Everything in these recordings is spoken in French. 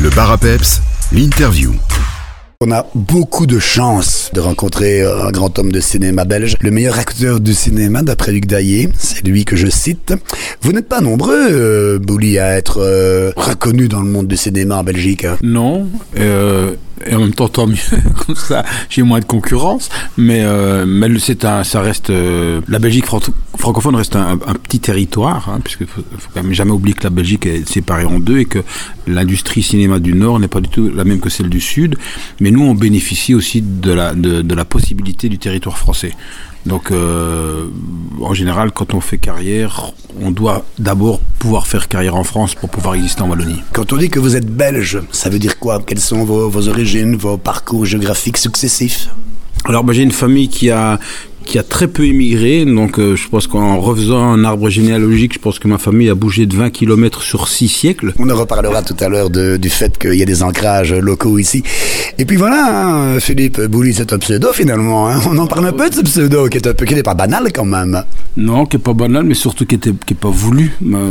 Le Bar à Peps, l'interview. On a beaucoup de chance de rencontrer un grand homme de cinéma belge, le meilleur acteur du cinéma d'après Luc Daillé, c'est lui que je cite. Vous n'êtes pas nombreux, Bouli, à être reconnu dans le monde du cinéma en Belgique. Non, et en même temps tant mieux, comme ça j'ai moins de concurrence, mais ça reste la Belgique francophone reste un petit territoire, hein, puisque faut quand même jamais oublier que la Belgique est séparée en deux et que l'industrie cinéma du Nord n'est pas du tout la même que celle du Sud, mais nous on bénéficie aussi de la possibilité du territoire français. Donc, en général, quand on fait carrière, on doit d'abord pouvoir faire carrière en France pour pouvoir exister en Wallonie. Quand on dit que vous êtes belge, ça veut dire quoi? Quelles sont vos origines, vos parcours géographiques successifs? Alors, j'ai une famille qui a très peu immigré, donc je pense qu'en refaisant un arbre généalogique, je pense que ma famille a bougé de 20 km sur 6 siècles. On en reparlera tout à l'heure du fait qu'il y a des ancrages locaux ici. Et puis voilà, hein, Philippe Bouli, c'est un pseudo finalement. Hein. On en parle un peu de ce pseudo qui n'est pas banal quand même. Non, qui n'est pas banal, mais surtout qui n'est pas voulu.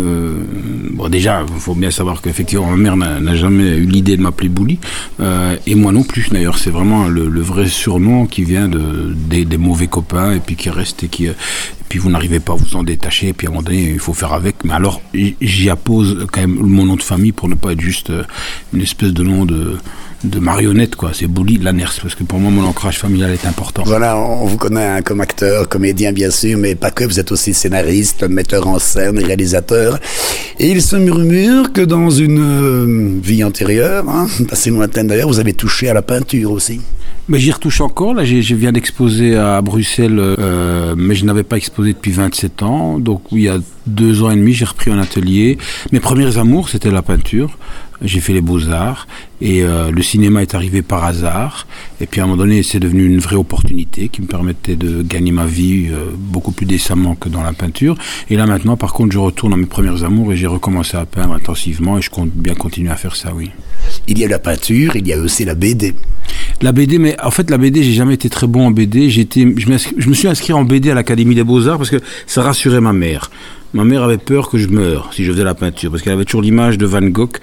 Bon, déjà, il faut bien savoir qu'effectivement, ma mère n'a jamais eu l'idée de m'appeler Bouli, et moi non plus d'ailleurs. C'est vraiment le vrai surnom qui vient des mauvais copains, et puis qui reste et puis vous n'arrivez pas à vous en détacher, et puis à un moment donné il faut faire avec. Mais alors j'y appose quand même mon nom de famille pour ne pas être juste une espèce de nom de marionnette, quoi. C'est Bouli Lanners, parce que pour moi mon ancrage familial est important. Voilà, on vous connaît hein, comme acteur, comédien bien sûr, mais pas que, vous êtes aussi scénariste, metteur en scène, réalisateur. Et il se murmure que dans une vie antérieure, hein, assez lointaine d'ailleurs, vous avez touché à la peinture aussi. Mais j'y retouche encore, là je viens d'exposer à Bruxelles, mais je n'avais pas exposé depuis 27 ans, donc il y a 2 ans et demi j'ai repris un atelier. Mes premiers amours c'était la peinture, j'ai fait les beaux-arts, et le cinéma est arrivé par hasard, et puis à un moment donné c'est devenu une vraie opportunité qui me permettait de gagner ma vie beaucoup plus décemment que dans la peinture. Et là maintenant par contre je retourne à mes premiers amours et j'ai recommencé à peindre intensivement, et je compte bien continuer à faire ça, oui. Il y a la peinture, il y a aussi la BD. La BD, mais en fait la BD, j'ai jamais été très bon en BD. Je me suis inscrit en BD à l'Académie des Beaux-Arts parce que ça rassurait ma mère. Ma mère avait peur que je meure si je faisais la peinture, parce qu'elle avait toujours l'image de Van Gogh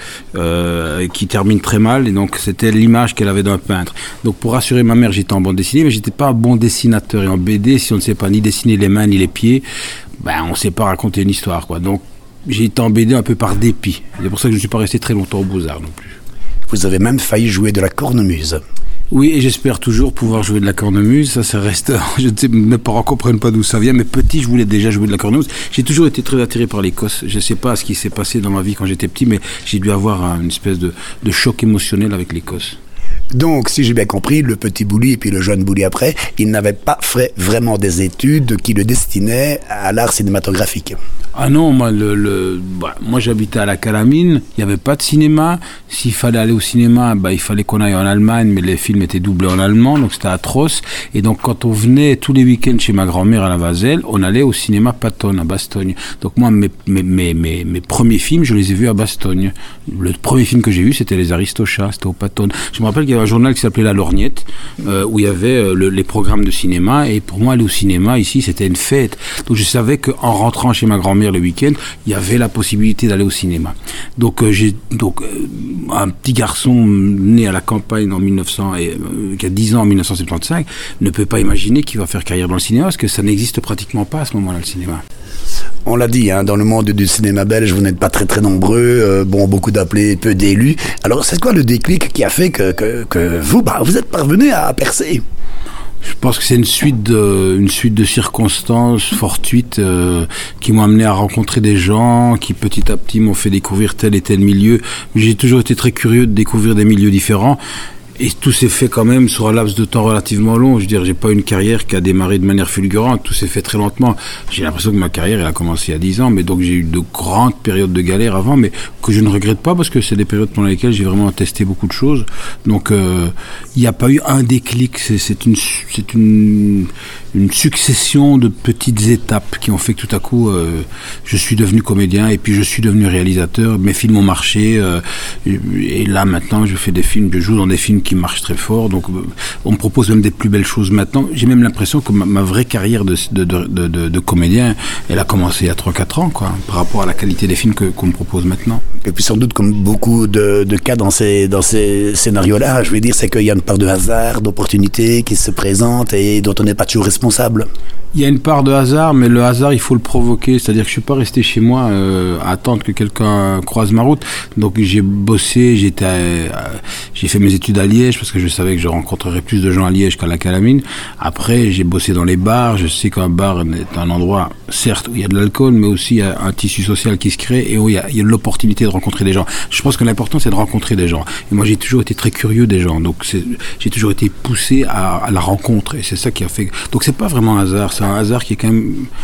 qui termine très mal, et donc c'était l'image qu'elle avait d'un peintre. Donc pour rassurer ma mère, j'étais en bande dessinée, mais j'étais pas un bon dessinateur. Et en BD, si on ne sait pas ni dessiner les mains ni les pieds, on ne sait pas raconter une histoire, quoi. Donc j'ai été en BD un peu par dépit. C'est pour ça que je ne suis pas resté très longtemps aux Beaux-Arts non plus. Vous avez même failli jouer de la cornemuse. Oui, et j'espère toujours pouvoir jouer de la cornemuse. Ça reste... Je ne sais, mes parents ne comprennent pas d'où ça vient, mais petit, je voulais déjà jouer de la cornemuse. J'ai toujours été très attiré par l'Écosse. Je ne sais pas ce qui s'est passé dans ma vie quand j'étais petit, mais j'ai dû avoir une espèce de choc émotionnel avec l'Écosse. Donc, si j'ai bien compris, le petit Bouli et puis le jeune Bouli après, il n'avait pas fait vraiment des études qui le destinaient à l'art cinématographique. Ah non, moi j'habitais à la Calamine, il n'y avait pas de cinéma. S'il fallait aller au cinéma, il fallait qu'on aille en Allemagne, mais les films étaient doublés en allemand, donc c'était atroce. Et donc quand on venait tous les week-ends chez ma grand-mère à la Vaselle, on allait au cinéma Patton à Bastogne. Donc moi, mes premiers films, je les ai vus à Bastogne. Le premier film que j'ai vu, c'était Les Aristochats, c'était au Patton. Je me rappelle qu'il y avait un journal qui s'appelait La Lorgnette, où il y avait les programmes de cinéma, et pour moi aller au cinéma ici c'était une fête. Donc je savais qu'en rentrant chez ma grand-mère le week-end, il y avait la possibilité d'aller au cinéma. Donc un petit garçon né à la campagne en 1900 et qui a 10 ans en 1975 ne peut pas imaginer qu'il va faire carrière dans le cinéma, parce que ça n'existe pratiquement pas à ce moment-là, le cinéma. On l'a dit, hein, dans le monde du cinéma belge, vous n'êtes pas très très nombreux, beaucoup d'appelés, peu d'élus. Alors c'est quoi le déclic qui a fait que vous êtes parvenu à percer? Je pense que c'est une suite de circonstances fortuites qui m'ont amené à rencontrer des gens qui petit à petit m'ont fait découvrir tel et tel milieu. J'ai toujours été très curieux de découvrir des milieux différents. Et tout s'est fait quand même sur un laps de temps relativement long. Je veux dire, j'ai pas une carrière qui a démarré de manière fulgurante. Tout s'est fait très lentement. J'ai l'impression que ma carrière, elle a commencé il y a 10 ans. Mais donc, j'ai eu de grandes périodes de galère avant, mais que je ne regrette pas parce que c'est des périodes pendant lesquelles j'ai vraiment testé beaucoup de choses. Donc, il n'y a pas eu un déclic. C'est une succession de petites étapes qui ont fait que tout à coup, je suis devenu comédien et puis je suis devenu réalisateur. Mes films ont marché. Et là, maintenant, je fais des films, je joue dans des films qui marchent très fort, donc on me propose même des plus belles choses maintenant. J'ai même l'impression que ma vraie carrière de comédien, elle a commencé il y a 3-4 ans, quoi, par rapport à la qualité des films qu'on me propose maintenant. Et puis sans doute, comme beaucoup de cas dans ces scénarios-là, je veux dire, c'est qu'il y a une part de hasard, d'opportunité qui se présente et dont on n'est pas toujours responsable. Il y a une part de hasard, mais le hasard, il faut le provoquer. C'est-à-dire que je suis pas resté chez moi à attendre que quelqu'un croise ma route. Donc j'ai bossé, j'ai fait mes études à Liège parce que je savais que je rencontrerais plus de gens à Liège qu'à la Calamine. Après, j'ai bossé dans les bars. Je sais qu'un bar est un endroit, certes, où il y a de l'alcool, mais aussi il y a un tissu social qui se crée et où il y a l'opportunité de rencontrer des gens. Je pense que l'important, c'est de rencontrer des gens. Et moi, j'ai toujours été très curieux des gens. Donc j'ai toujours été poussé à la rencontre. Et c'est ça qui a fait... Donc c'est pas vraiment un hasard. C'est un hasard qui est quand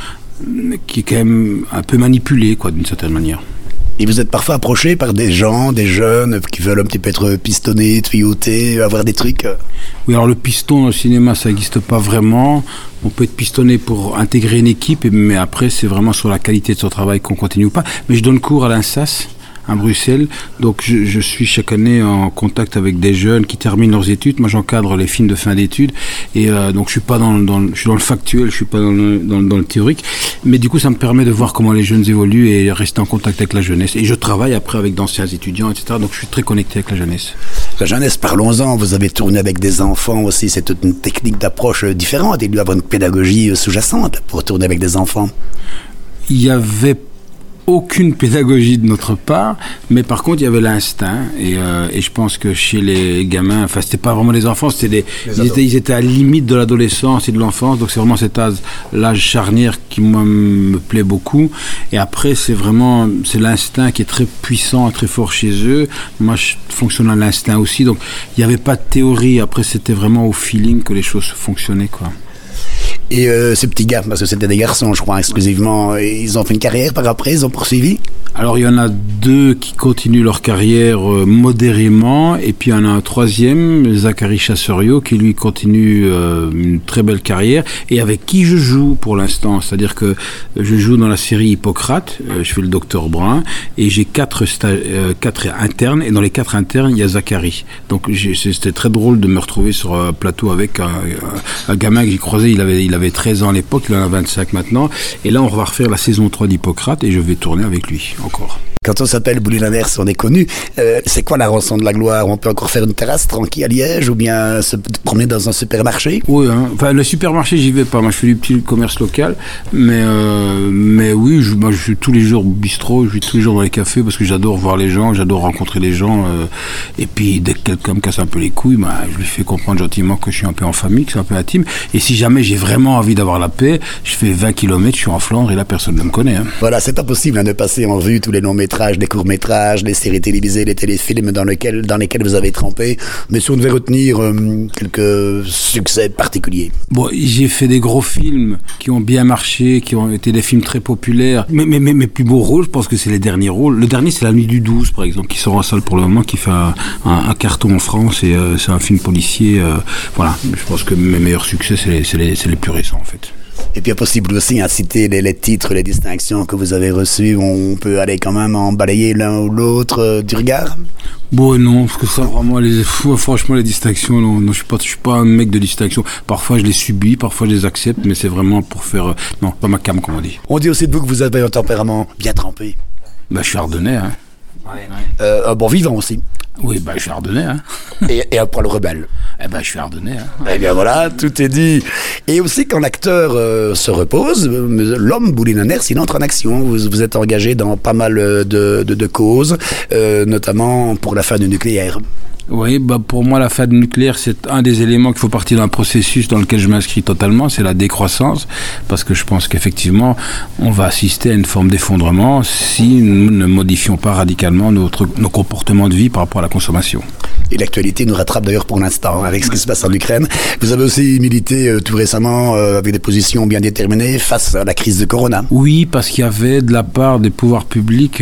même un peu manipulé, quoi, d'une certaine manière. Et vous êtes parfois approché par des gens, des jeunes qui veulent un petit peu être pistonnés, tuyautés, avoir des trucs. Oui, alors le piston au cinéma, ça n'existe pas vraiment. On peut être pistonné pour intégrer une équipe, mais après, c'est vraiment sur la qualité de son travail qu'on continue ou pas. Mais je donne cours à l'INSAS, à Bruxelles, donc je suis chaque année en contact avec des jeunes qui terminent leurs études. Moi, j'encadre les films de fin d'études, et donc je suis pas je suis dans le factuel, je suis pas dans le théorique, mais du coup, ça me permet de voir comment les jeunes évoluent et rester en contact avec la jeunesse. Et je travaille après avec d'anciens étudiants, etc. Donc, je suis très connecté avec la jeunesse. La jeunesse, parlons-en. Vous avez tourné avec des enfants aussi. C'est toute une technique d'approche différente. Il doit y avoir une pédagogie sous-jacente pour tourner avec des enfants. Il y avait aucune pédagogie de notre part, mais par contre il y avait l'instinct et je pense que chez les gamins, enfin c'était pas vraiment des enfants, ils étaient à la limite de l'adolescence et de l'enfance, donc c'est vraiment l'âge charnière qui moi me plaît beaucoup. Et après c'est l'instinct qui est très puissant, très fort chez eux. Moi je fonctionne à l'instinct aussi, donc il n'y avait pas de théorie. Après c'était vraiment au feeling que les choses fonctionnaient, quoi. Et ces petits gars, parce que c'était des garçons, je crois, exclusivement, ils ont fait une carrière par après, ils ont poursuivi? Alors, il y en a 2 qui continuent leur carrière modérément, et puis il y en a un 3e, Zachary Chasserio, qui lui continue une très belle carrière, et avec qui je joue pour l'instant. C'est-à-dire que je joue dans la série Hippocrate, je fais le docteur Brun, et j'ai 4 internes, et dans les 4 internes, il y a Zachary. Donc, c'était très drôle de me retrouver sur un plateau avec un gamin que j'ai croisé, il avait 13 ans à l'époque, il en a 25 maintenant, et là, on va refaire la saison 3 d'Hippocrate, et je vais tourner avec lui. Encore. Quand on s'appelle Bouli-Landers, on est connu. C'est quoi la rançon de la gloire? On peut encore faire une terrasse tranquille à Liège ou bien se promener dans un supermarché? Oui, hein. Enfin, le supermarché, j'y vais pas. Moi, je fais du petit commerce local. Mais oui, je suis tous les jours au bistrot, je suis tous les jours dans les cafés parce que j'adore voir les gens, j'adore rencontrer les gens. Et puis, dès que quelqu'un me casse un peu les couilles, je lui fais comprendre gentiment que je suis un peu en famille, que c'est un peu intime. Et si jamais j'ai vraiment envie d'avoir la paix, je fais 20 km, je suis en Flandre et là, personne ne me connaît. Hein. Voilà, c'est pas possible de passer en revue tous les longs métrages, les courts-métrages, les séries télévisées, les téléfilms dans lesquels vous avez trempé. Mais si on devait retenir quelques succès particuliers. Bon, j'ai fait des gros films qui ont bien marché, qui ont été des films très populaires. Mais mes plus beaux rôles, je pense que c'est les derniers rôles. Le dernier, c'est La Nuit du 12, par exemple, qui sort en salle pour le moment, qui fait un carton en France et c'est un film policier. Voilà, je pense que mes meilleurs succès, c'est les plus récents, en fait. Et puis, il est possible aussi à citer les titres, les distinctions que vous avez reçues. On peut aller quand même en balayer l'un ou l'autre du regard? Bon, non, parce que ça, vraiment, franchement, les distinctions, non, je suis pas un mec de distinction. Parfois, je les subis, parfois, je les accepte, mais c'est vraiment pour faire... non, pas ma cam, comme on dit. On dit aussi de vous que vous avez un tempérament bien trempé. Je suis ardennais, hein. Ouais. Un bon vivant aussi. Oui, je suis ardennais, hein. Et un poil rebelle. Je suis ardennais, hein. Eh bien voilà, tout est dit. Et aussi, quand l'acteur se repose, l'homme Bouli-Landers, il entre en action. Vous êtes engagé dans pas mal de causes, notamment pour la fin du nucléaire. Oui, pour moi, la fin du nucléaire, c'est un des éléments qui faut partie d'un processus dans lequel je m'inscris totalement, c'est la décroissance, parce que je pense qu'effectivement, on va assister à une forme d'effondrement si nous ne modifions pas radicalement nos comportements de vie par rapport à la consommation. Et l'actualité nous rattrape d'ailleurs pour l'instant, avec ce qui se passe en Ukraine. Vous avez aussi milité tout récemment avec des positions bien déterminées face à la crise de Corona. Oui, parce qu'il y avait de la part des pouvoirs publics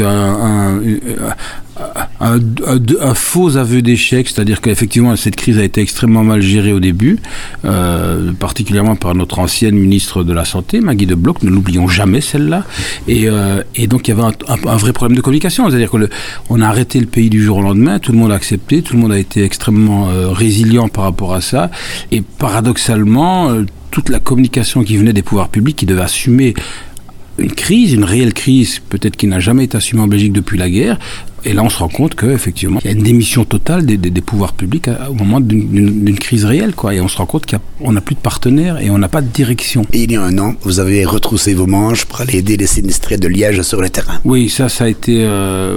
un faux aveu d'échec, c'est-à-dire qu'effectivement cette crise a été extrêmement mal gérée au début, particulièrement par notre ancienne ministre de la Santé, Maggie de Bloch, ne l'oublions jamais celle-là, et donc il y avait un vrai problème de communication, c'est-à-dire qu'on a arrêté le pays du jour au lendemain, tout le monde a accepté, tout le monde a été extrêmement résilient par rapport à ça, et paradoxalement, toute la communication qui venait des pouvoirs publics qui devaient assumer une réelle crise, peut-être qui n'a jamais été assumée en Belgique depuis la guerre, Et là, on se rend compte qu'effectivement, il y a une démission totale des pouvoirs publics au moment d'une crise réelle, quoi. Et on se rend compte qu'on n'a plus de partenaires et on n'a pas de direction. Et il y a un an, vous avez retroussé vos manches pour aller aider les sinistrés de Liège sur le terrain. Oui, ça a été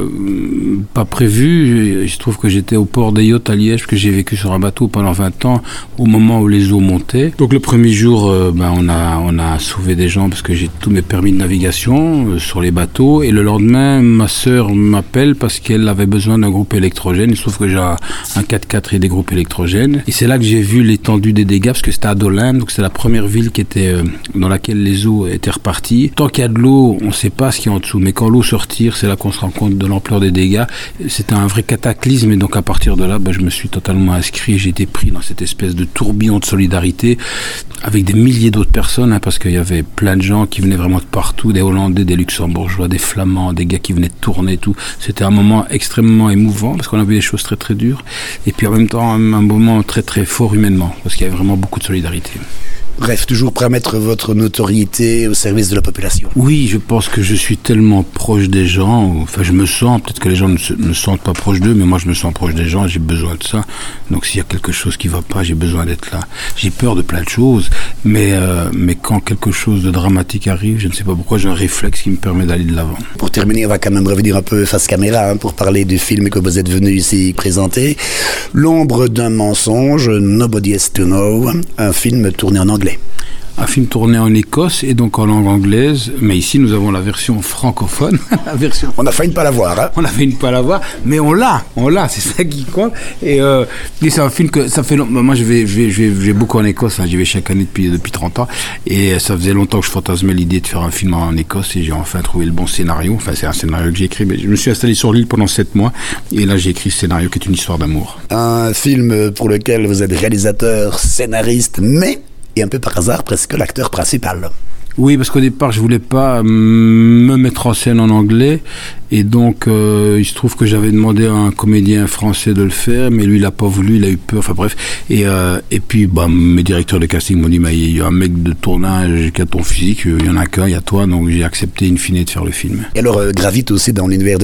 pas prévu. Je trouve que j'étais au port des Yachts à Liège, que j'ai vécu sur un bateau pendant 20 ans, au moment où les eaux montaient. Donc le premier jour, on a sauvé des gens parce que j'ai tous mes permis de navigation sur les bateaux. Et le lendemain, ma sœur m'appelle parce qu'elle avait besoin d'un groupe électrogène. Il se trouve que j'ai un 4x4 et des groupes électrogènes. Et c'est là que j'ai vu l'étendue des dégâts, parce que c'était à Dolin, donc c'est la première ville qui était dans laquelle les eaux étaient reparties. Tant qu'il y a de l'eau, on ne sait pas ce qu'il y a en dessous. Mais quand l'eau se retire, c'est là qu'on se rend compte de l'ampleur des dégâts. C'était un vrai cataclysme. Et donc à partir de là, je me suis totalement inscrit. J'ai été pris dans cette espèce de tourbillon de solidarité avec des milliers d'autres personnes, parce qu'il y avait plein de gens qui venaient vraiment de partout, des Hollandais, des Luxembourgeois, des Flamands, des gars qui venaient de tourner, tout. C'était un moment extrêmement émouvant parce qu'on a vu des choses très très dures, et puis en même temps un moment très très fort humainement, parce qu'il y avait vraiment beaucoup de solidarité. Bref, toujours prêt à mettre votre notoriété au service de la population. Oui, je pense que je suis tellement proche des gens, enfin je me sens, peut-être que les gens ne se sentent pas proches d'eux, mais moi je me sens proche des gens et j'ai besoin de ça. Donc s'il y a quelque chose qui ne va pas, j'ai besoin d'être là. J'ai peur de plein de choses, mais quand quelque chose de dramatique arrive, je ne sais pas pourquoi, j'ai un réflexe qui me permet d'aller de l'avant. Pour terminer, on va quand même revenir un peu face caméra pour parler du film que vous êtes venu ici présenter. L'ombre d'un mensonge, Nobody Has to Know, un film tourné en anglais. Un film tourné en Écosse et donc en langue anglaise, mais ici nous avons la version francophone. On a failli ne pas la voir, hein. On a failli ne pas la voir, mais on l'a, c'est ça qui compte. Et c'est un film que ça fait longtemps. Moi je vais beaucoup en Écosse, j'y vais chaque année depuis 30 ans, et ça faisait longtemps que je fantasmais l'idée de faire un film en Écosse, et j'ai enfin trouvé le bon scénario. Enfin c'est un scénario que j'ai écrit, mais je me suis installé sur l'île pendant 7 mois, et là j'ai écrit ce scénario qui est une histoire d'amour. Un film pour lequel vous êtes réalisateur, scénariste, mais... et un peu par hasard, presque l'acteur principal. Oui, parce qu'au départ, je voulais pas me mettre en scène en anglais, et donc il se trouve que j'avais demandé à un comédien français de le faire, mais lui il a pas voulu, il a eu peur, enfin bref, et puis mes directeurs de casting m'ont dit il y a un mec de tournage qui a ton physique, il y en a qu'un, il y a toi, donc j'ai accepté in fine de faire le film. Et alors gravite aussi dans l'univers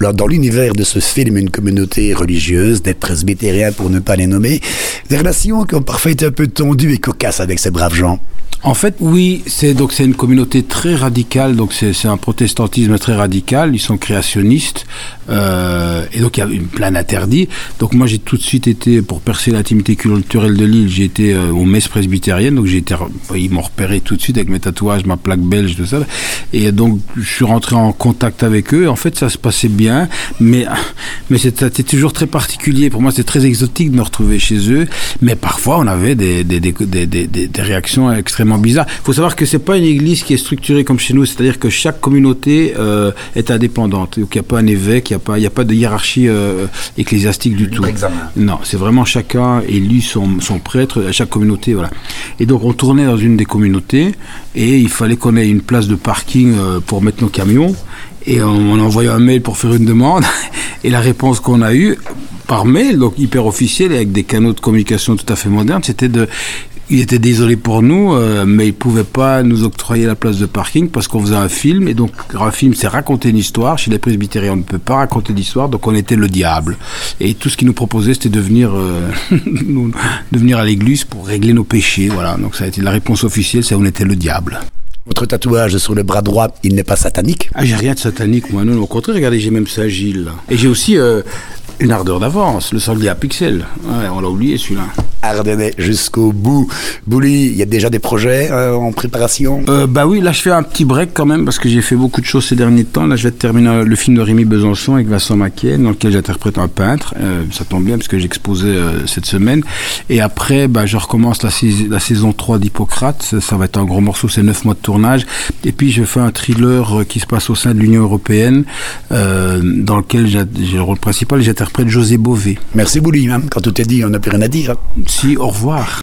de ce film une communauté religieuse, des presbytériens pour ne pas les nommer, des relations qui ont parfois été un peu tendues et cocasses avec ces braves gens. En fait, oui, c'est une communauté très radicale, donc c'est un protestantisme très radical, ils sont créationnistes, et donc il y a plein d'interdits. Donc moi j'ai tout de suite été, pour percer l'intimité culturelle de l'île, j'ai été aux messes presbytériennes, donc ils m'ont repéré tout de suite avec mes tatouages, ma plaque belge, tout ça, et donc je suis rentré en contact avec eux, et en fait ça se passait bien, mais c'était toujours très particulier, pour moi c'était très exotique de me retrouver chez eux, mais parfois on avait des réactions extrêmement bizarre. Il faut savoir que c'est pas une église qui est structurée comme chez nous, c'est-à-dire que chaque communauté est indépendante. Donc il n'y a pas un évêque, il n'y a pas de hiérarchie ecclésiastique du tout. Non, c'est vraiment chacun élu son prêtre, chaque communauté, voilà. Et donc on tournait dans une des communautés et il fallait qu'on ait une place de parking pour mettre nos camions, et on a envoyé un mail pour faire une demande et la réponse qu'on a eue par mail, donc hyper officielle et avec des canaux de communication tout à fait modernes, c'était il était désolé pour nous, mais il pouvait pas nous octroyer la place de parking parce qu'on faisait un film, et donc un film c'est raconter une histoire. Chez les presbytériens on ne peut pas raconter d'histoire, donc on était le diable, et tout ce qu'il nous proposait c'était de venir à l'église pour régler nos péchés, voilà. Donc ça a été la réponse officielle, c'est on était le diable. Votre tatouage sur le bras droit, il n'est pas satanique? Ah, j'ai rien de satanique, moi, non, au contraire, regardez, j'ai même Saint-Gilles, et j'ai aussi une ardeur d'avance, le sanglier à pixels. Ouais, on l'a oublié celui-là. Ardennais jusqu'au bout. Bouli, il y a déjà des projets en préparation? Oui, là je fais un petit break quand même parce que j'ai fait beaucoup de choses ces derniers temps. Là je vais terminer le film de Rémi Besançon avec Vincent Maquet, dans lequel j'interprète un peintre. Ça tombe bien parce que j'ai exposé cette semaine. Et après, je recommence la saison 3 d'Hippocrate. Ça va être un gros morceau, c'est 9 mois de tournage. Et puis je fais un thriller qui se passe au sein de l'Union Européenne, dans lequel j'ai le rôle principal et j'interprète José Bové. Merci Bouli, quand tout est dit, on n'a plus rien à dire. Si, au revoir.